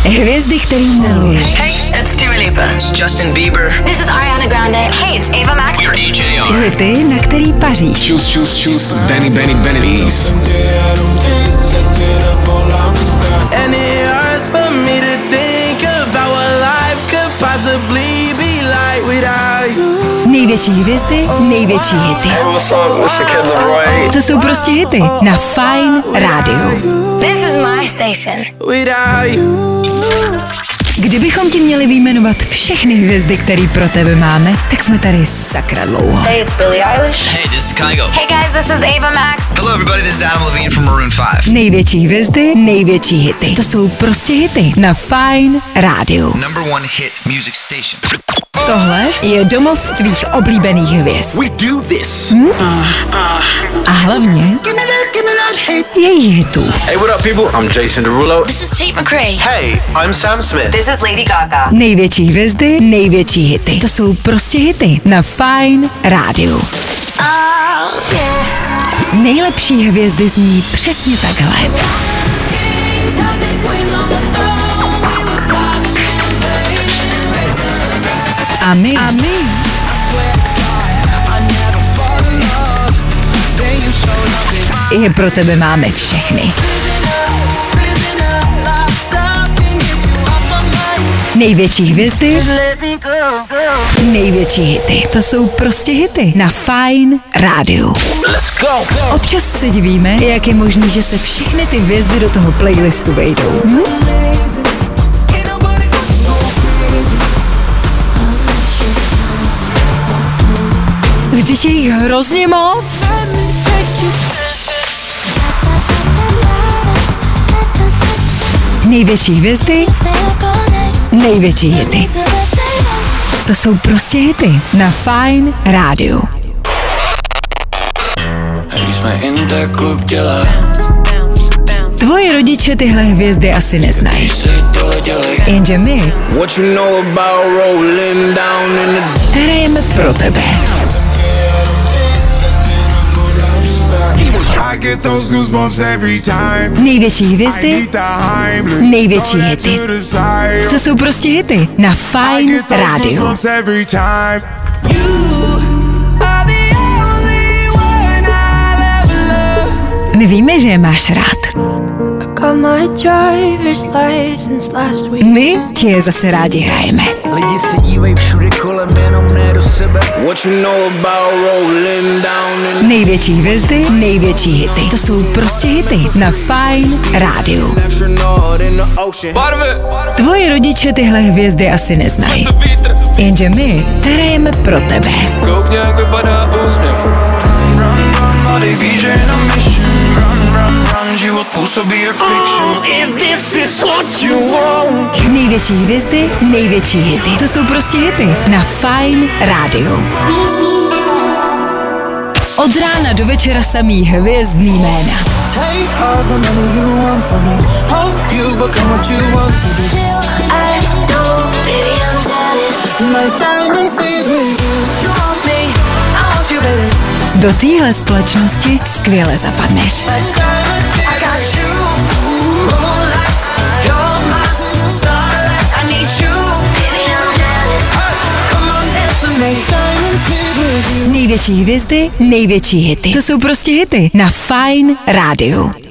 Hvězdy, který miluješ. Hey, it's Dua Lipa. It's Justin Bieber. This is Ariana Grande. Hey, it's Ava Max. We're AJR. Hity, na který paříš. Choose. Benny, Benny's. And it hurts for me to think about what life could possibly be like without you. Největší hvězdy, největší hity. Hey, what's up? It's the Kid Laroi. To jsou prostě hity na Fajn rádiu. This is my station. Without you. Kdybychom ti měli vyjmenovat všechny hvězdy, které pro tebe máme, tak jsme tady sakra dlouho. Hey, it's Billie Eilish. Hey, this is Kygo. Hey guys, this is Ava Max. Hello everybody, this is Adam Levine from Maroon 5. Největší hvězdy, největší hity. To jsou prostě hity na Fajn rádiu. Number 1 hit music station. Tohle je domov tvých oblíbených hvězd. We do this. A hlavně jejich hitů. Hey, what up, people? I'm Jason Derulo. This is Tate McRae. Hey, I'm Sam Smith. This is Lady Gaga. Největší hvězdy, největší hity. To jsou prostě hity na Fajn rádiu. Nejlepší hvězdy zní přesně takhle. A my je pro tebe máme všechny. Největší hvězdy, největší hity. To jsou prostě hity na Fajn rádiu. Občas se divíme, jak je možný, že se všechny ty hvězdy do toho playlistu vejdou. Vždyť je jich hrozně moc. Největší hvězdy, největší hity. To jsou prostě hity na Fajn rádiu. Tvoji rodiče tyhle hvězdy asi neznají. Jenže my hrajeme pro tebe. Největší hvězdy, největší hity. To jsou prostě hity na Fajn rádiu. My víme, že je máš rád. My ti je zase rádi hrajeme. Lidi se dívají všude kolem, jenom ne do sebe. Největší hvězdy, největší hity. To jsou prostě hity na Fajn rádiu. Tvoji rodiče tyhle hvězdy asi neznají. Jenže my hrajeme pro tebe. Koukně, jak vypadá úsměv. Mladý ví, že je na mission. Život působí jak fiction. Největší hvězdy, největší hity. To jsou prostě hity na Fajn rádiu. Od rána do večera samý hvězdný jména. Do téhle společnosti skvěle zapadneš. Největší hvězdy, největší hity. To jsou prostě hity na Fajn rádiu.